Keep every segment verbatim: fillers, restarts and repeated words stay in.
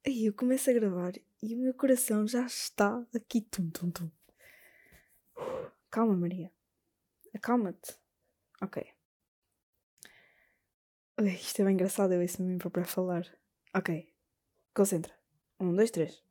Aí eu começo a gravar e o meu coração já está aqui. Tum, tum, tum. Calma, Maria. Acalma-te. Ok. Ui, isto é bem engraçado, eu isso a mim própria a falar. Ok. Concentra. Um, dois, três.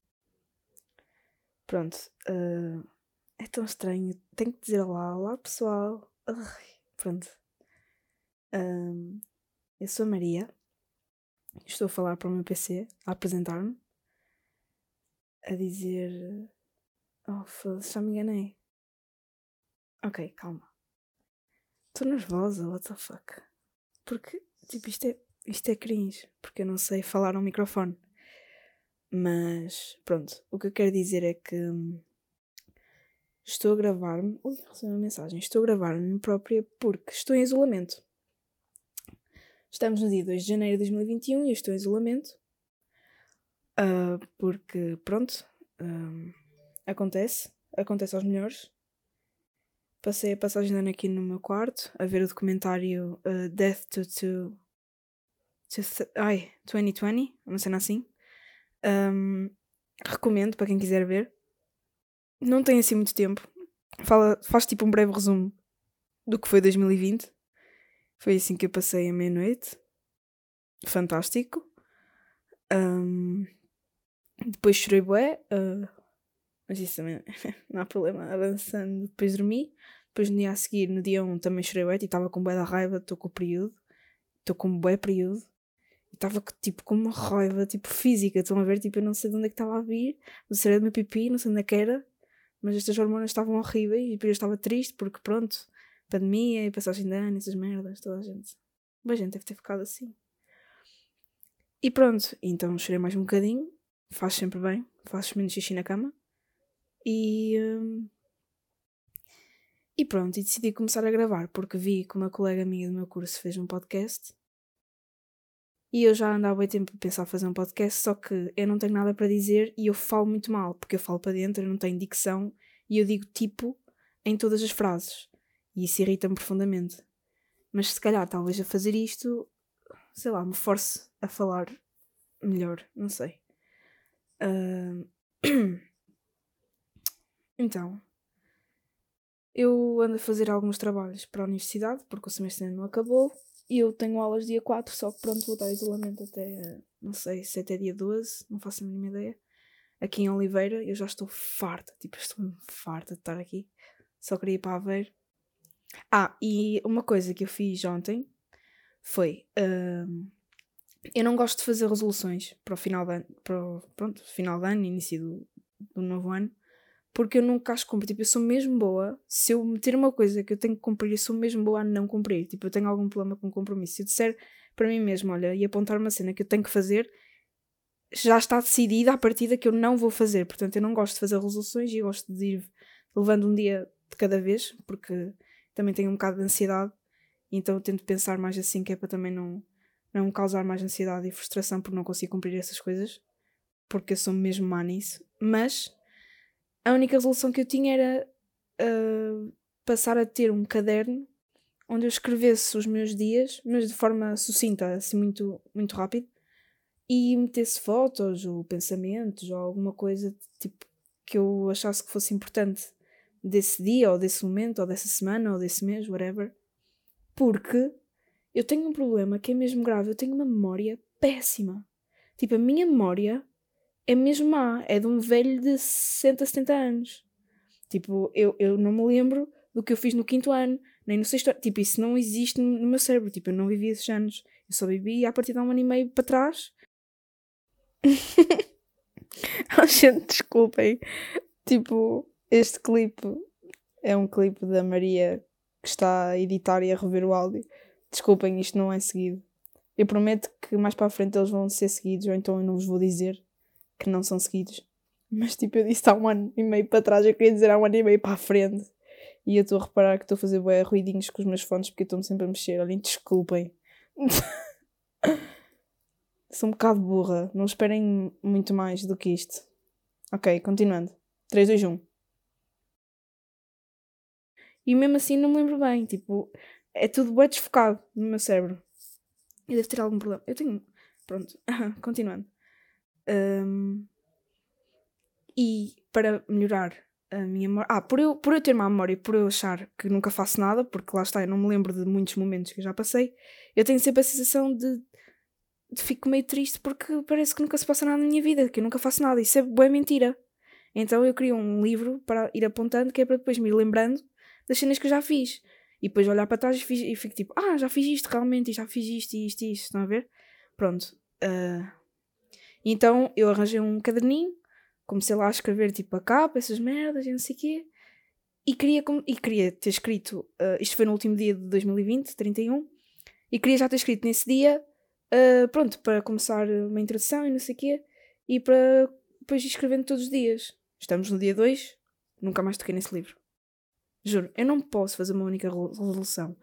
Pronto. Uh, é tão estranho. Tenho que dizer olá. Olá, pessoal. Ai, pronto. Um, eu sou a Maria. Estou a falar para o meu P C, a apresentar-me. A dizer... Oh, foda-se, já me enganei. Ok, calma. Estou nervosa, what the fuck. Porque, tipo, isto é, isto é cringe. Porque eu não sei falar ao microfone. Mas, pronto. O que eu quero dizer é que... hum, estou a gravar-me... Ui, recebi uma mensagem. Estou a gravar-me própria porque estou em isolamento. Estamos no dia dois de janeiro de dois mil e vinte e um e eu estou em isolamento. Uh, porque, pronto... Um, acontece. Acontece aos melhores. Passei a passagem de ano aqui no meu quarto a ver o documentário uh, Death to... to, to th- ai, vinte vinte, uma cena assim. Um, recomendo para quem quiser ver. Não tem assim muito tempo. Fala, faz tipo um breve resumo do que foi dois mil e vinte. Foi assim que eu passei a meia-noite. Fantástico. Um, depois chorei bué. Uh, mas isso também não há problema. Avançando, depois dormi. Depois no dia a seguir, no dia um, também chorei bué. E estava com bué da raiva. Estou com o período. Estou com bué período. E estava tipo com uma raiva tipo física. Estão a ver? Tipo, eu não sei de onde é que estava a vir. Não sei do meu pipi, não sei onde é que era. Mas estas hormonas estavam horríveis. E depois eu estava triste porque pronto, pandemia e passagem de ano, essas merdas, toda a gente. Boa gente deve ter ficado assim. E pronto, então chorei mais um bocadinho. Faz sempre bem. Fazes menos xixi na cama. E... hum, e pronto, e decidi começar a gravar porque vi que uma colega minha do meu curso fez um podcast. E eu já andava há tempo a pensar fazer um podcast, só que eu não tenho nada para dizer e eu falo muito mal, porque eu falo para dentro, eu não tenho dicção e eu digo tipo em todas as frases. E isso irrita-me profundamente. Mas se calhar, talvez a fazer isto, sei lá, me force a falar melhor, não sei. Ah, Então, eu ando a fazer alguns trabalhos para a universidade, porque o semestre ainda não acabou. E eu tenho aulas dia quatro, só que pronto, vou estar em isolamento até, não sei, se é até dia doze, não faço a mínima ideia. Aqui em Oliveira, eu já estou farta, tipo, estou farta de estar aqui. Só queria ir para Aveiro. Ah, e uma coisa que eu fiz ontem foi, hum, eu não gosto de fazer resoluções para o final de ano, para o, pronto, final de ano, início do, do novo ano, porque eu nunca as cumpro. Tipo, eu sou mesmo boa, se eu meter uma coisa que eu tenho que cumprir, eu sou mesmo boa a não cumprir. Tipo, eu tenho algum problema com compromisso. Se eu disser para mim mesmo, olha, e apontar uma cena que eu tenho que fazer, já está decidida a partida que eu não vou fazer. Portanto, eu não gosto de fazer resoluções e gosto de ir levando um dia de cada vez, porque também tenho um bocado de ansiedade, então eu tento pensar mais assim, que é para também não, não causar mais ansiedade e frustração por não conseguir cumprir essas coisas, porque eu sou mesmo má nisso. Mas a única resolução que eu tinha era uh, passar a ter um caderno onde eu escrevesse os meus dias, mas de forma sucinta, assim muito, muito rápido, e metesse fotos ou pensamentos ou alguma coisa tipo que eu achasse que fosse importante desse dia ou desse momento ou dessa semana ou desse mês, whatever. Porque eu tenho um problema que é mesmo grave, eu tenho uma memória péssima. Tipo, a minha memória é mesmo má, é de um velho de sessenta, setenta anos. Tipo, eu, eu não me lembro do que eu fiz no quinto ano, nem no sexto ano. Tipo, isso não existe no, no meu cérebro. Tipo, eu não vivi esses anos. Eu só vivi a partir de um ano e meio para trás. Oh, gente, desculpem. Tipo, este clipe é um clipe da Maria que está a editar e a rever o áudio. Desculpem, isto não é seguido. Eu prometo que mais para a frente eles vão ser seguidos, ou então eu não vos vou dizer que não são seguidos. Mas tipo, eu disse há um ano e meio para trás, eu queria dizer há um ano e meio para a frente. E eu estou a reparar que estou a fazer bué ruidinhos com os meus fones porque eu estou-me sempre a mexer. Olhem, desculpem. Sou um bocado burra. Não esperem muito mais do que isto. Ok, continuando. três, dois, um. E mesmo assim não me lembro bem. Tipo, é tudo bué desfocado no meu cérebro. Eu devo ter algum problema. Eu tenho... Pronto, continuando. Um, e para melhorar a minha memória... Ah, por eu, por eu ter má memória, por eu achar que nunca faço nada, porque lá está, eu não me lembro de muitos momentos que eu já passei, eu tenho sempre a sensação de, de fico meio triste porque parece que nunca se passa nada na minha vida, que eu nunca faço nada. Isso é boa mentira. Então eu queria um livro para ir apontando, que é para depois me ir lembrando das cenas que eu já fiz. E depois olhar para trás e, fiz, e fico tipo, ah, já fiz isto realmente, e já fiz isto e isto e isto, estão a ver? Pronto. Uh, então eu arranjei um caderninho, comecei lá a escrever tipo a capa, essas merdas e não sei o quê. E queria, e queria ter escrito, uh, isto foi no último dia de dois mil e vinte, trinta e um, e queria já ter escrito nesse dia, uh, pronto, para começar uma introdução e não sei o quê, e para depois ir escrevendo todos os dias. Estamos no dia dois, nunca mais toquei nesse livro. Juro, eu não posso fazer uma única resolução.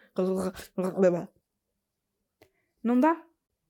Não dá.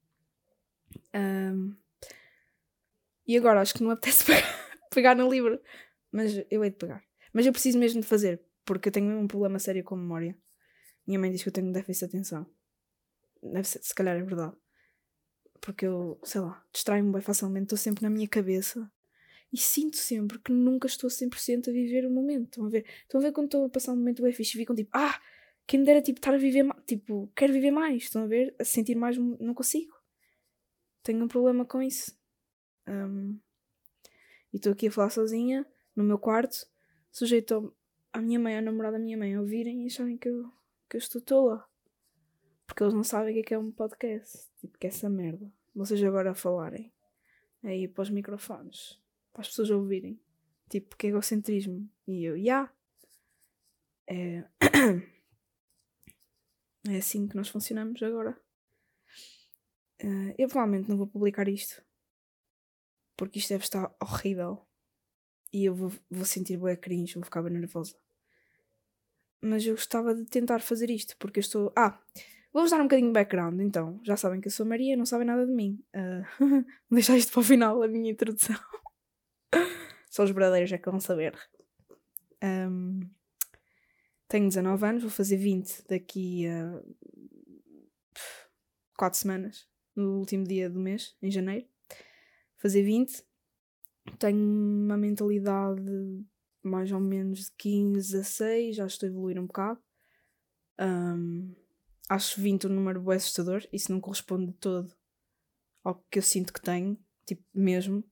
Um, e agora acho que não me apetece pegar, pegar no livro. Mas eu hei de pegar. Mas eu preciso mesmo de fazer, porque eu tenho um problema sério com a memória. Minha mãe diz que eu tenho déficit de atenção. Deve ser, se calhar é verdade. Porque eu, sei lá, distraio-me bem facilmente, estou sempre na minha cabeça. E sinto sempre que nunca estou cem por cento a viver o momento. Estão a ver? Estão a ver quando estou a passar um momento bem fixe e ficam tipo, ah, quem me dera tipo, estar a viver mais. Tipo, quero viver mais. Estão a ver? A sentir mais, não consigo. Tenho um problema com isso. Um, e estou aqui a falar sozinha, no meu quarto, sujeito à minha mãe, à namorada da minha mãe, a ouvirem e acharem que eu, que eu estou tola. Porque eles não sabem o que é que é um podcast. Tipo, que é essa merda. Vocês agora a falarem aí para os microfones, para as pessoas ouvirem, tipo, que é egocentrismo. E eu, já. Yeah. É... é assim que nós funcionamos agora. Uh, eu provavelmente não vou publicar isto, porque isto deve estar horrível. E eu vou, vou sentir bué cringe, vou ficar bem nervosa. Mas eu gostava de tentar fazer isto, porque eu estou... Ah, vou-vos dar um bocadinho de background, então. Já sabem que eu sou Maria, não sabem nada de mim. Uh, vou deixar isto para o final, a minha introdução. Só os verdadeiros é que vão saber. Um, tenho dezanove anos, vou fazer vinte daqui a quatro semanas, no último dia do mês, em janeiro. Fazer vinte. Tenho uma mentalidade mais ou menos de quinze a seis, já estou a evoluir um bocado. Um, acho vinte um número bem assustador, isso não corresponde de todo ao que eu sinto que tenho, tipo, mesmo.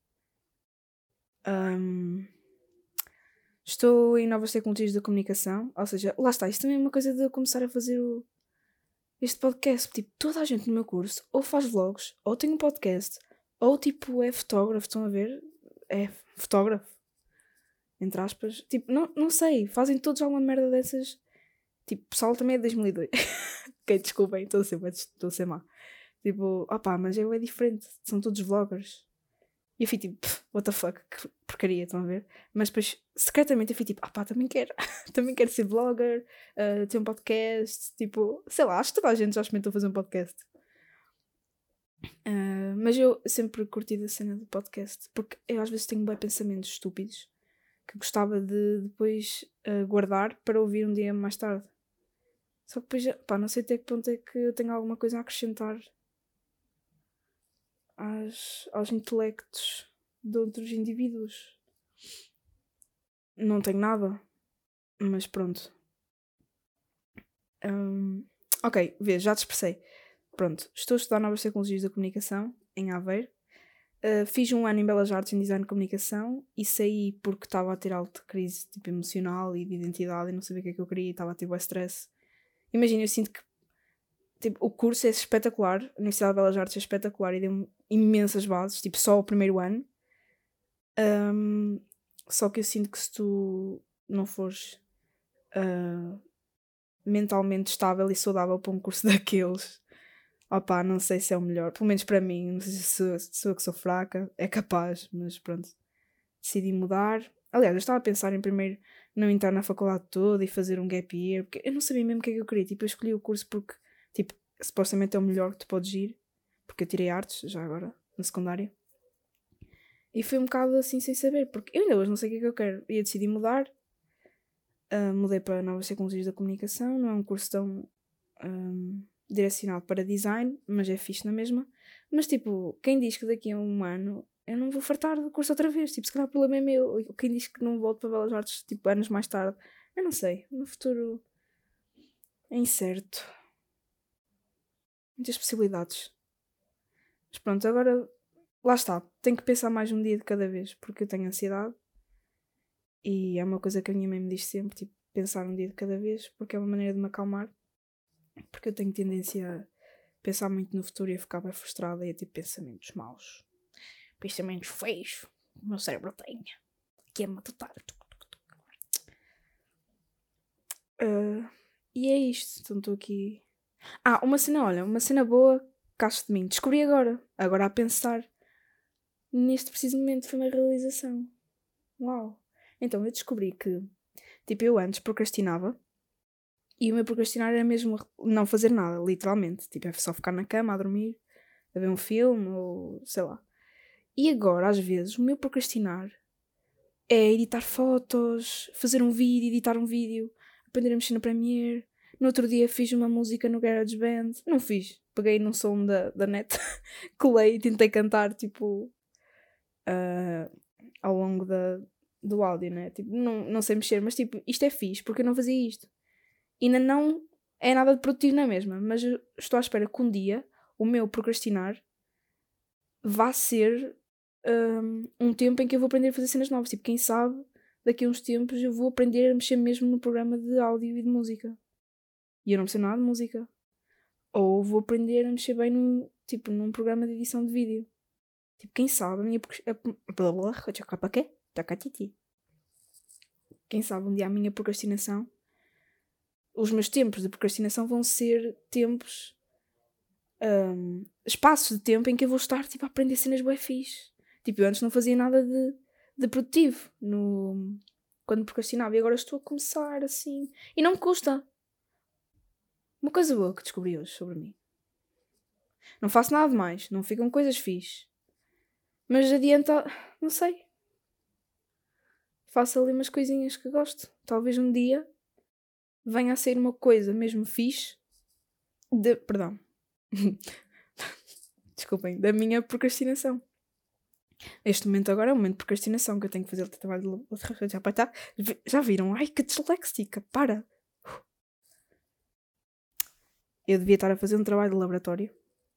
Um, estou em novas tecnologias da comunicação, ou seja, lá está, isto também é uma coisa de eu começar a fazer o, este podcast. Tipo, toda a gente no meu curso ou faz vlogs, ou tem um podcast, ou tipo é fotógrafo, estão a ver? É fotógrafo, entre aspas. Tipo, não, não sei, fazem todos alguma merda dessas. Tipo, o pessoal também é de dois mil e dois. Ok, desculpem, estou a ser, estou a ser má. Tipo, opá, mas eu é diferente, são todos vloggers. E eu fui tipo, what the fuck, que porcaria, estão a ver? Mas depois, secretamente, eu fui tipo, ah pá, também quero, também quero ser vlogger, uh, ter um podcast, tipo, sei lá, acho que toda a gente já experimentou fazer um podcast. Uh, mas eu sempre curti da cena do podcast, porque eu às vezes tenho bem pensamentos estúpidos que gostava de depois uh, guardar para ouvir um dia mais tarde. Só que depois, pá, não sei até que ponto é que eu tenho alguma coisa a acrescentar às, aos intelectos de outros indivíduos. Não tenho nada, mas pronto. Um, ok, vê, já te expressei. Pronto, estou a estudar novas tecnologias da comunicação em Aveiro. Uh, fiz um ano em Belas Artes em Design de Comunicação e saí porque estava a ter alta crise tipo, emocional e de identidade e não sabia o que é que eu queria e estava a ter bué stress. Imagina, eu sinto que tipo, o curso é espetacular, a Universidade de Belas Artes é espetacular e deu-me imensas bases, tipo só o primeiro ano. Um, só que eu sinto que se tu não fores uh, mentalmente estável e saudável para um curso daqueles, opá, não sei se é o melhor, pelo menos para mim, não sei se sou, se sou eu que sou fraca, é capaz, mas pronto, decidi mudar. Aliás, eu estava a pensar em primeiro não entrar na faculdade toda e fazer um gap year, porque eu não sabia mesmo o que é que eu queria, tipo, eu escolhi o curso porque, tipo, supostamente é o melhor que tu podes ir, porque eu tirei artes, já agora, na secundária. E foi um bocado assim sem saber, porque eu ainda hoje não sei o que é que eu quero. E eu decidi mudar. Uh, mudei para Novas Tecnologias da Comunicação. Não é um curso tão um, direcionado para design, mas é fixe na mesma. Mas tipo, quem diz que daqui a um ano eu não vou fartar do curso outra vez. Tipo, se calhar o problema é meu. Quem diz que não volto para Belas Artes, tipo, anos mais tarde. Eu não sei. No futuro é incerto. Muitas possibilidades. Mas pronto, agora lá está. Tenho que pensar mais um dia de cada vez, porque eu tenho ansiedade. E é uma coisa que a minha mãe me diz sempre, tipo, pensar um dia de cada vez, porque é uma maneira de me acalmar. Porque eu tenho tendência a pensar muito no futuro e a ficar bem frustrada e a ter pensamentos maus. Pensamentos feios. O meu cérebro tem. Que é matutar. Uh, e é isto. Então estou aqui. Ah, uma cena, olha, uma cena boa que acho de mim. Descobri agora. Agora a pensar. Neste preciso momento foi uma realização. Uau. Então eu descobri que, tipo, eu antes procrastinava. E o meu procrastinar era mesmo não fazer nada, literalmente. Tipo, é só ficar na cama a dormir, a ver um filme ou sei lá. E agora, às vezes, o meu procrastinar é editar fotos, fazer um vídeo, editar um vídeo, aprender a mexer no Premiere. No outro dia fiz uma música no GarageBand. Não fiz. Peguei num som da, da net, colei e tentei cantar, tipo, uh, ao longo da, do áudio, né? Tipo, não, não sei mexer, mas tipo, isto é fixe, porque eu não fazia isto. Ainda não é nada de produtivo na mesma, mas eu estou à espera que um dia o meu procrastinar vá ser um, um tempo em que eu vou aprender a fazer cenas novas. Tipo, quem sabe, daqui a uns tempos eu vou aprender a mexer mesmo no programa de áudio e de música. E eu não percebo nada de música. Ou vou aprender a mexer bem num, tipo, num programa de edição de vídeo. Tipo, quem sabe a minha... Quem sabe um dia a minha procrastinação... Os meus tempos de procrastinação vão ser tempos... Um, espaços de tempo em que eu vou estar, tipo, a aprender cenas bué fixe. Tipo, eu antes não fazia nada de, de produtivo no, quando procrastinava. E agora estou a começar, assim... E não me custa. Uma coisa boa que descobri hoje sobre mim. Não faço nada de mais. Não ficam coisas fixe. Mas adianta... Não sei. Faço ali umas coisinhas que gosto. Talvez um dia venha a ser uma coisa mesmo fixe. De... Perdão. Desculpem. Da minha procrastinação. Este momento agora é um momento de procrastinação, que eu tenho que fazer o trabalho de... Já, tá? Já viram? Ai, que disléxica. Para. Eu devia estar a fazer um trabalho de laboratório.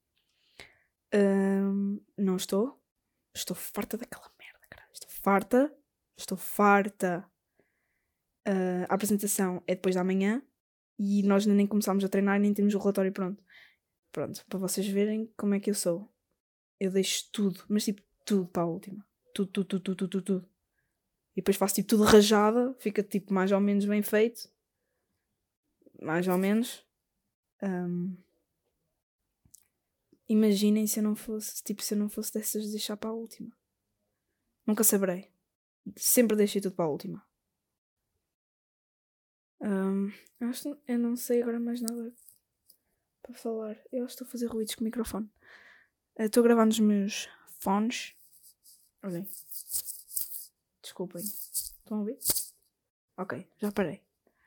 Um, não estou. Estou farta daquela merda, cara. Estou farta. Estou farta. Uh, a apresentação é depois da manhã e nós nem começámos a treinar, nem temos o relatório pronto. Pronto, para vocês verem como é que eu sou. Eu deixo tudo, mas tipo, tudo para a última. Tudo, tudo, tudo, tudo, tudo, tudo. E depois faço tipo tudo rajada, fica tipo mais ou menos bem feito. Mais ou menos. Um, imaginem se eu não fosse, tipo, se eu não fosse dessas de deixar para a última. Nunca saberei. Sempre deixei tudo para a última. Um, acho, eu não sei agora mais nada para falar. Eu acho que estou a fazer ruídos com o microfone. Estou uh, a gravar nos meus fones. Olhem. Desculpem. Estão a ouvir? Ok, já parei.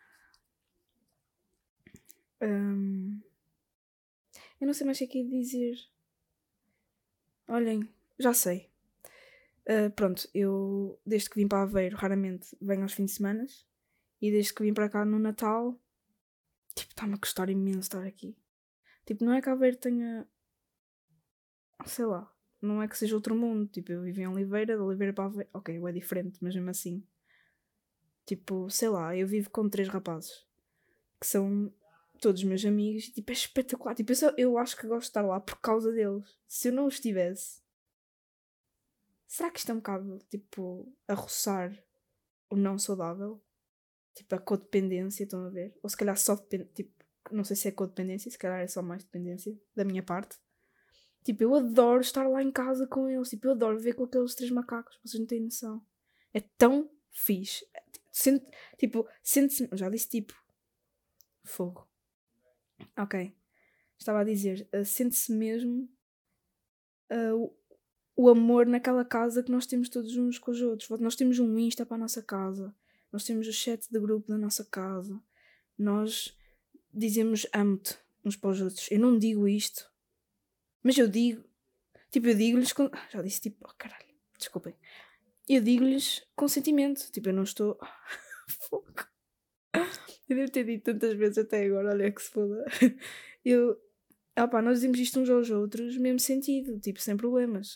Um, eu não sei mais o que é que ia dizer. Olhem, já sei. Uh, pronto, eu desde que vim para Aveiro raramente venho aos fins de semana. E desde que vim para cá no Natal, tipo, está-me a custar imenso estar aqui. Tipo, não é que Aveiro tenha... Sei lá. Não é que seja outro mundo. Tipo, eu vivo em Oliveira, de Oliveira para Aveiro... Ok, é diferente, mas mesmo assim. Tipo, sei lá, eu vivo com três rapazes. Que são todos meus amigos. E tipo, é espetacular. Tipo, eu, só, eu acho que gosto de estar lá por causa deles. Se eu não os tivesse... Será que isto é um bocado, tipo, a roçar o não saudável? Tipo, a codependência, estão a ver? Ou se calhar só depende, tipo, não sei se é codependência, se calhar é só mais dependência da minha parte. Tipo, eu adoro estar lá em casa com eles. Tipo, eu adoro ver com aqueles três macacos. Vocês não têm noção. É tão fixe. Sente, tipo, sente-se... Já disse tipo. Fogo. Ok. Estava a dizer. Uh, sente-se mesmo uh, o, o amor naquela casa que nós temos todos uns com os outros. Nós temos um Insta para a nossa casa. Nós temos o chat de grupo da nossa casa. Nós dizemos amo-te uns para os outros. Eu não digo isto. Mas eu digo... Tipo, eu digo-lhes... Com... Já disse tipo... Oh, caralho. desculpem. Eu digo-lhes com sentimento. Tipo, eu não estou... Fogo. Eu devo ter dito tantas vezes até agora, olha que se foda. Eu... Ah pá, nós dizemos isto uns aos outros, mesmo sentido, tipo, sem problemas.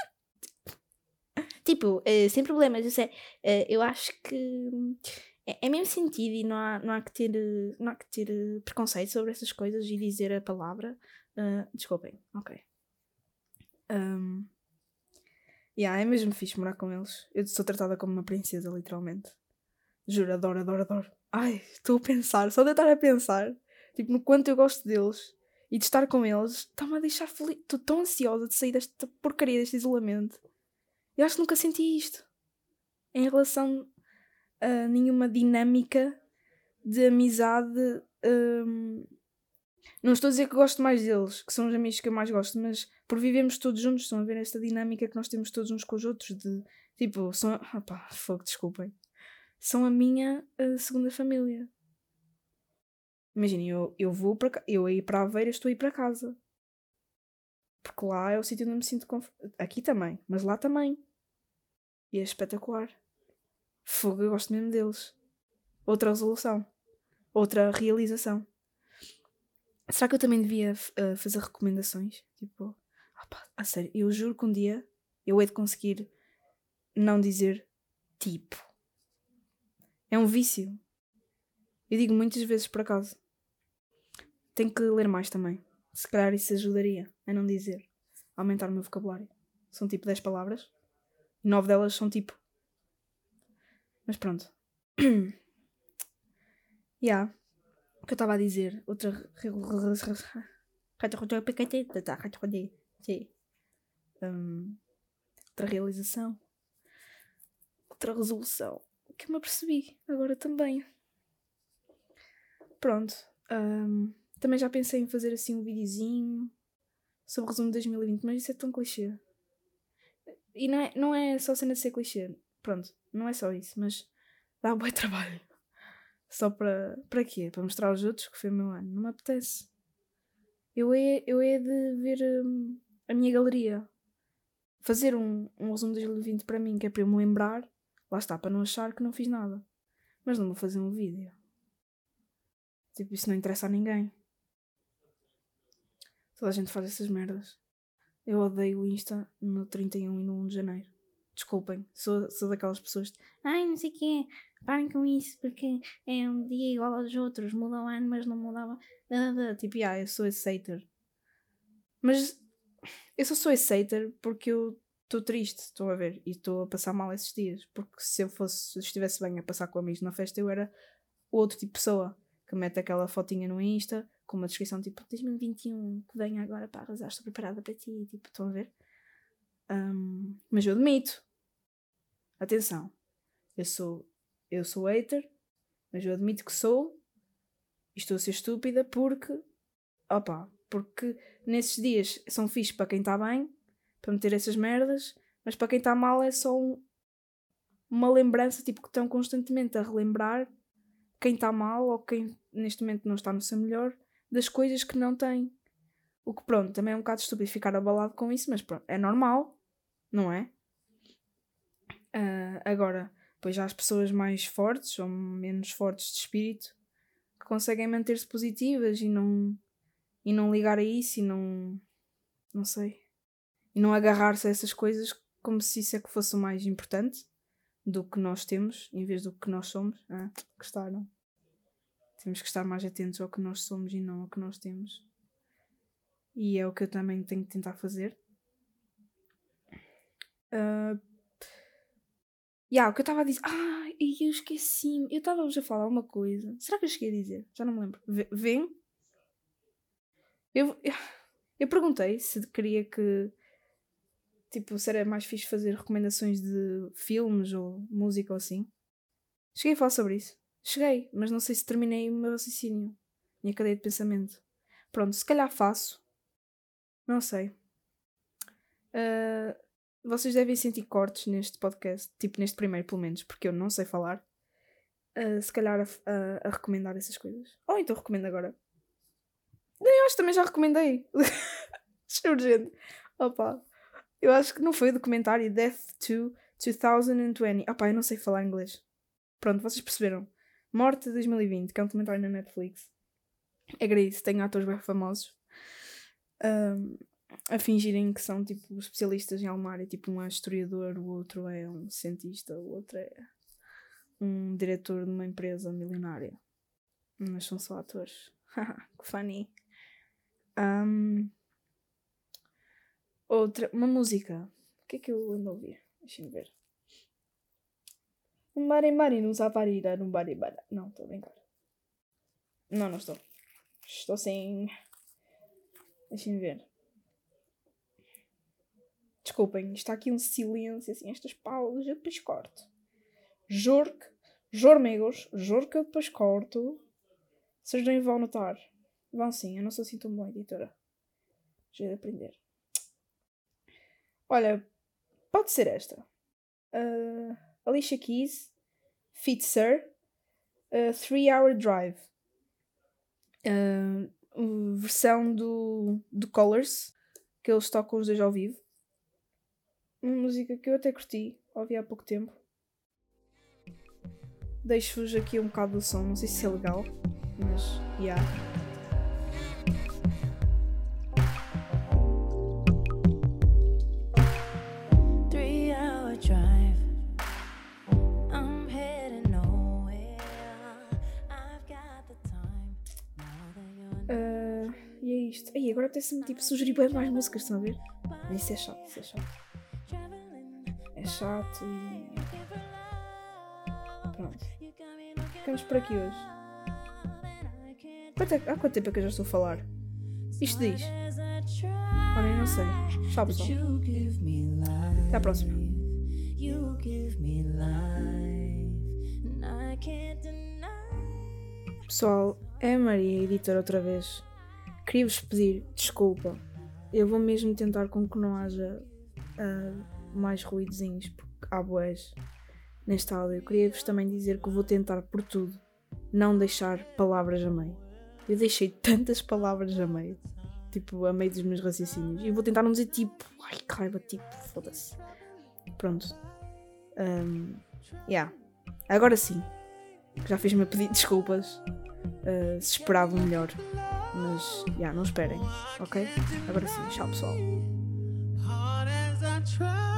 tipo, uh, sem problemas, eu sei. Uh, eu acho que é, é mesmo sentido e não há, não há que ter, não há que ter preconceito sobre essas coisas e dizer a palavra. Uh, desculpem, ok. Um, yeah, é mesmo fixe morar com eles. Eu sou tratada como uma princesa, literalmente. Juro, adoro, adoro, adoro. Ai, estou a pensar, só de estar a pensar, tipo, no quanto eu gosto deles e de estar com eles, está-me a deixar feliz. Estou tão ansiosa de sair desta porcaria, deste isolamento. Eu acho que nunca senti isto. Em relação a nenhuma dinâmica de amizade. Um... Não estou a dizer que gosto mais deles, que são os amigos que eu mais gosto, mas por vivermos todos juntos, estão a ver esta dinâmica que nós temos todos uns com os outros. De tipo, são. Opá, fogo, desculpem. São a minha uh, segunda família. Imaginem, eu, eu vou para cá, eu a ir para Aveiro, estou a ir para casa. Porque lá é o sítio onde me sinto confortável. Aqui também, mas lá também. E é espetacular. Fogo, eu gosto mesmo deles. Outra resolução. Outra realização. Será que eu também devia uh, fazer recomendações? Tipo, opa, a sério, eu juro que um dia eu hei de conseguir não dizer tipo. É um vício. Eu digo muitas vezes por acaso. Tenho que ler mais também. Se calhar isso ajudaria a não dizer. A aumentar o meu vocabulário. São tipo dez palavras. E nove delas são tipo. Mas pronto. Yeah. O que eu estava a dizer. Outra. Um, outra realização. Outra resolução. Que eu me apercebi agora também. Pronto. Um, também já pensei em fazer assim um videozinho sobre o resumo de dois mil e vinte, mas isso é tão clichê. E não é, não é só cena de ser clichê. Pronto, não é só isso, mas dá um bom trabalho. Só para... Para quê? Para mostrar aos outros que foi o meu ano. Não me apetece. Eu é, eu é de ver um, a minha galeria. Fazer um, um resumo de dois mil e vinte para mim, que é para eu me lembrar. Lá está, para não achar que não fiz nada. Mas não vou fazer um vídeo. Tipo, isso não interessa a ninguém. Toda a gente faz essas merdas. Eu odeio o Insta no trinta e um e no um de janeiro. Desculpem, sou, sou daquelas pessoas de, ai, não sei o quê, parem com isso, porque é um dia igual aos outros, muda o ano, mas não mudava nada. Tipo, ah, eu sou esse hater. Mas eu só sou esse hater porque eu estou triste, estão a ver, e estou a passar mal esses dias. Porque se eu fosse, se estivesse bem a passar com amigos na festa, eu era outro tipo de pessoa que mete aquela fotinha no Insta com uma descrição tipo dois mil e vinte e um, que venha agora para arrasar, estou preparada para ti, tipo, estão a ver? Um, mas eu admito, atenção, eu sou eu sou hater, mas eu admito que sou e estou a ser estúpida porque opa, porque nesses dias são fixes para quem está bem, para meter essas merdas, mas para quem está mal é só um, uma lembrança, tipo, que estão constantemente a relembrar quem está mal ou quem neste momento não está no seu melhor das coisas que não tem. O que, pronto, também é um bocado estúpido ficar abalado com isso, mas pronto, é normal, não é? Uh, agora, pois há as pessoas mais fortes ou menos fortes de espírito que conseguem manter-se positivas e não, e não ligar a isso e não, não sei, e não agarrar-se a essas coisas como se isso é que fosse o mais importante do que nós temos em vez do que nós somos. Ah, gostaram? Temos que estar mais atentos ao que nós somos e não ao que nós temos. E é o que eu também tenho que tentar fazer. Uh, yeah, o que eu estava a dizer. Ah, e eu esqueci-me. Eu estava a falar uma coisa. Será que eu cheguei a dizer? Já não me lembro. Vem? Eu, eu, eu perguntei se queria que. Tipo, se era mais fixe fazer recomendações de filmes ou música ou assim. Cheguei a falar sobre isso. Cheguei, mas não sei se terminei o meu raciocínio. Minha cadeia de pensamento. Pronto, se calhar faço. Não sei. Uh, vocês devem sentir cortes neste podcast. Tipo, neste primeiro, pelo menos. Porque eu não sei falar. Uh, se calhar a, a, a recomendar essas coisas. Ou então recomendo agora. Eu acho que também já recomendei. Isto é urgente. Opa. Eu acho que não foi o documentário Death to dois mil e vinte. Ah pá, eu não sei falar inglês. Pronto, vocês perceberam. Morte de dois mil e vinte, que é um documentário na Netflix. É graçoso, tem atores bem famosos. Um, a fingirem que são tipo especialistas em alguma área. Tipo, um é historiador, o outro é um cientista, o outro é um diretor de uma empresa milionária. Mas são só atores. Que funny. Um, outra, uma música. O que é que eu ando a ouvir? Deixa-me ver. Um bari bari não safari dar um bari bari. Não, estou a brincar. Não, não estou. Estou sem. Deixa-me ver. Desculpem, está aqui um silêncio, assim, estas pausas, eu depois corto. Juro que, juro, amigos, juro que eu depois corto. Vocês nem vão notar. Vão sim, eu não sou assim tão boa editora. Já de aprender. Olha, pode ser esta. Uh, Alicia Keys, Feet Sir, uh, Three Hour Drive. Uh, versão do, do Colors, que eles tocam os dois ao vivo. Uma música que eu até curti, ouvi há pouco tempo. Deixo-vos aqui um bocado do som, não sei se é legal, mas já. Yeah. Uh, e é isto. Aí agora até-se-me tipo sugerir bem mais músicas, estão a ver? Mas isso é chato, isso é chato. É chato e. Pronto. Ficamos por aqui hoje. Quanto é, há quanto tempo é que eu já estou a falar? Isto diz. Olha, eu não sei. Tchau, pessoal. Até à próxima. Pessoal, é a Maria, editora, outra vez. Queria-vos pedir desculpa. Eu vou mesmo tentar com que não haja uh, mais ruidozinhos, porque há bués neste áudio. Eu queria-vos também dizer que eu vou tentar por tudo não deixar palavras a meio. Eu deixei tantas palavras a meio, tipo, a meio dos meus raciocínios. E eu vou tentar não dizer tipo, ai que raiva, tipo, foda-se. Pronto. Um, yeah. Agora sim. Já fiz-me a pedir desculpas. Uh, se esperavam melhor. Mas, já, yeah, não esperem. Ok? Agora sim. Tchau, pessoal.